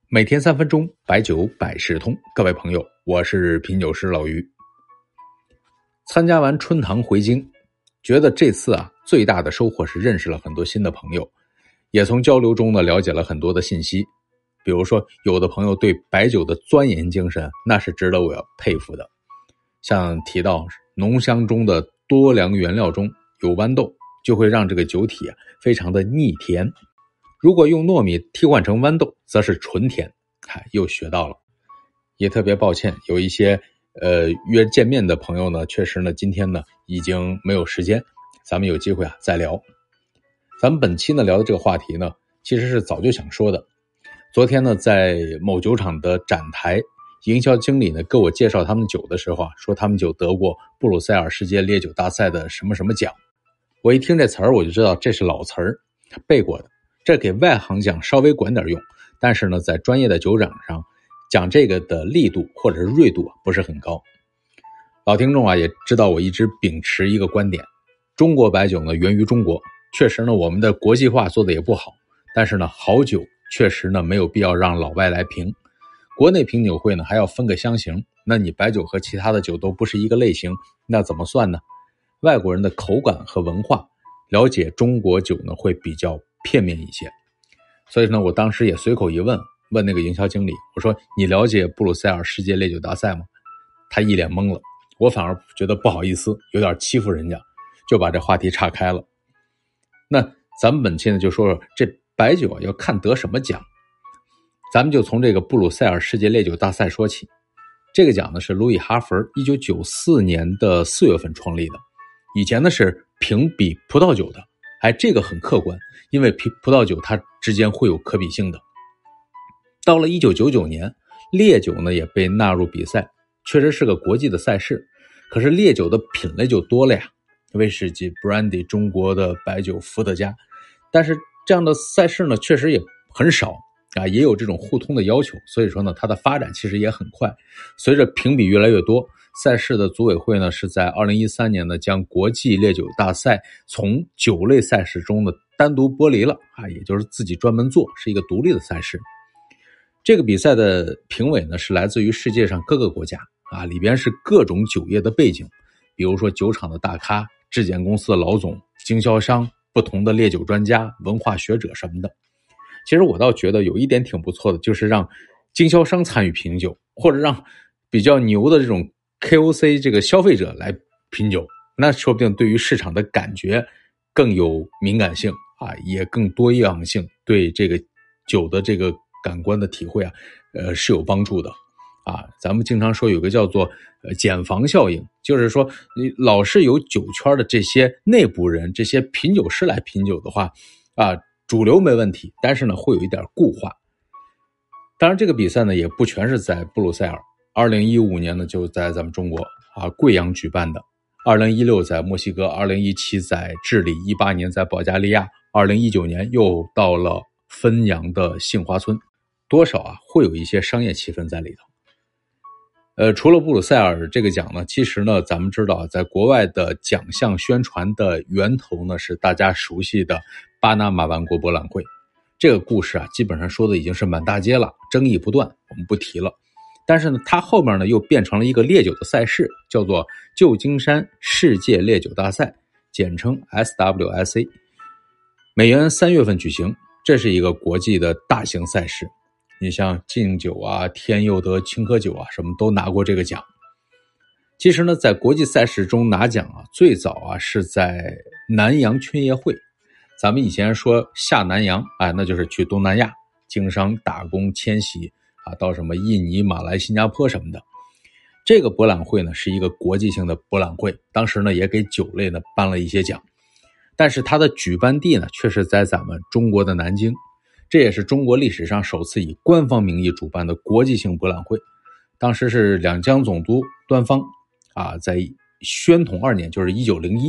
每天3分钟，白酒百事通。各位朋友，我是品酒师老于。参加完春堂回京，觉得这次最大的收获是认识了很多新的朋友，也从交流中了解了很多的信息。比如说，有的朋友对白酒的钻研精神，那是值得我要佩服的。像提到浓香中的多粮原料中有豌豆，就会让这个酒体非常的腻甜。如果用糯米替换成豌豆，则是纯甜。又学到了。也特别抱歉，有一些约见面的朋友呢，确实呢今天呢已经没有时间，咱们有机会再聊。咱们本期呢聊的这个话题呢，其实是早就想说的。昨天呢在某酒厂的展台，营销经理呢给我介绍他们酒的时候说他们酒得过布鲁塞尔世界烈酒大赛的什么什么奖。我一听这词儿，我就知道这是老词儿，背过的。这给外行讲稍微管点用，但是呢在专业的酒展上讲这个的力度或者是锐度不是很高。老听众也知道我一直秉持一个观点，中国白酒呢源于中国，确实呢我们的国际化做的也不好，但是呢好酒确实呢没有必要让老外来评。国内品酒会呢还要分个香型，那你白酒和其他的酒都不是一个类型，那怎么算呢？外国人的口感和文化了解中国酒呢会比较片面一些。所以呢我当时也随口一问那个营销经理，我说你了解布鲁塞尔世界烈酒大赛吗？他一脸懵了，我反而觉得不好意思，有点欺负人家，就把这话题岔开了。那咱们本期呢就说说这白酒要看得什么奖。咱们就从这个布鲁塞尔世界烈酒大赛说起。这个奖呢是路易哈佛1994年的4月份创立的，以前呢是评比葡萄酒的。这个很客观，因为葡萄酒它之间会有可比性的。到了1999年，烈酒呢也被纳入比赛，确实是个国际的赛事。可是烈酒的品类就多了呀，威士忌、brandy、中国的白酒、伏特加。但是这样的赛事呢确实也很少也有这种互通的要求，所以说呢它的发展其实也很快。随着评比越来越多，赛事的组委会呢是在2013年呢将国际烈酒大赛从酒类赛事中的单独剥离了也就是自己专门做，是一个独立的赛事。这个比赛的评委呢是来自于世界上各个国家里边是各种酒业的背景，比如说酒厂的大咖、质检公司的老总、经销商、不同的烈酒专家、文化学者什么的。其实我倒觉得有一点挺不错的，就是让经销商参与品酒，或者让比较牛的这种 KOC 这个消费者来品酒，那说不定对于市场的感觉更有敏感性也更多样性，对这个酒的这个感官的体会是有帮助的咱们经常说有个叫做减防效应，就是说你老是有酒圈的这些内部人、这些品酒师来品酒的话主流没问题，但是呢会有一点固化。当然这个比赛呢也不全是在布鲁塞尔，2015年呢就在咱们中国贵阳举办的，2016在墨西哥，2017在智利，18年在保加利亚，2019年又到了汾阳的杏花村，多少会有一些商业气氛在里头。除了布鲁塞尔这个奖呢，其实呢咱们知道在国外的奖项宣传的源头呢是大家熟悉的巴拿马万国博览会。这个故事基本上说的已经是满大街了，争议不断，我们不提了。但是呢它后面呢又变成了一个烈酒的赛事，叫做旧金山世界烈酒大赛，简称 SWSA， 每年3月份举行，这是一个国际的大型赛事。你像敬酒天佑德、青稞酒什么都拿过这个奖。其实呢在国际赛事中拿奖最早是在南洋劝业会。咱们以前说下南洋那就是去东南亚经商打工迁徙到什么印尼、马来、新加坡什么的。这个博览会呢是一个国际性的博览会，当时呢也给酒类呢颁了一些奖，但是它的举办地呢却是在咱们中国的南京。这也是中国历史上首次以官方名义主办的国际性博览会。当时是两江总督端方在宣统2年，就是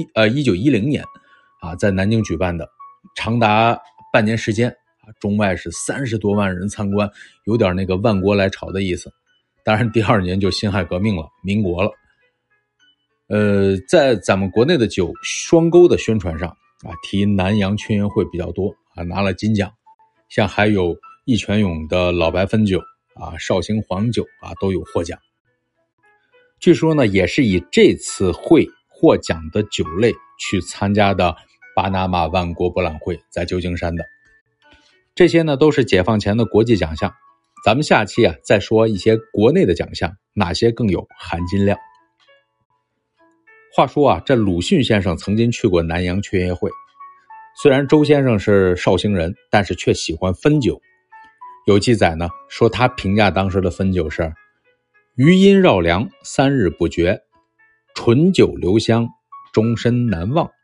1910年在南京举办的，长达半年时间中外是30多万人参观，有点那个万国来朝的意思。当然第2年就辛亥革命了，民国了。在咱们国内的酒双沟的宣传上提南洋劝业会比较多拿了金奖。像还有义泉涌的老白汾酒绍兴黄酒都有获奖。据说呢，也是以这次会获奖的酒类去参加的巴拿马万国博览会在旧金山的。这些呢都是解放前的国际奖项，咱们下期再说一些国内的奖项，哪些更有含金量。话说这鲁迅先生曾经去过南洋劝业会，虽然周先生是绍兴人，但是却喜欢汾酒。有记载呢，说他评价当时的汾酒是余音绕梁，3日不绝，醇酒留香，终身难忘。